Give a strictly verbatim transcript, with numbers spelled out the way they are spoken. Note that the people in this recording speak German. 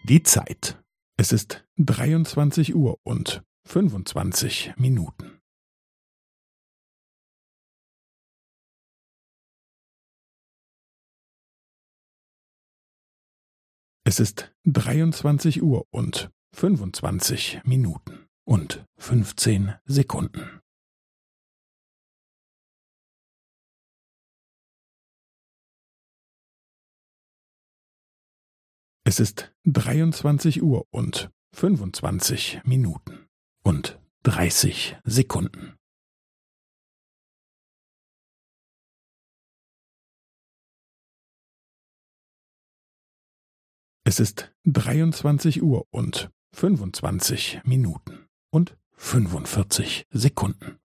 Die Zeit. Es ist dreiundzwanzig Uhr und fünfundzwanzig Minuten. Es ist dreiundzwanzig Uhr und fünfundzwanzig Minuten und fünfzehn Sekunden. Es ist dreiundzwanzig Uhr und fünfundzwanzig Minuten und dreißig Sekunden. Es ist dreiundzwanzig Uhr und fünfundzwanzig Minuten und fünfundvierzig Sekunden.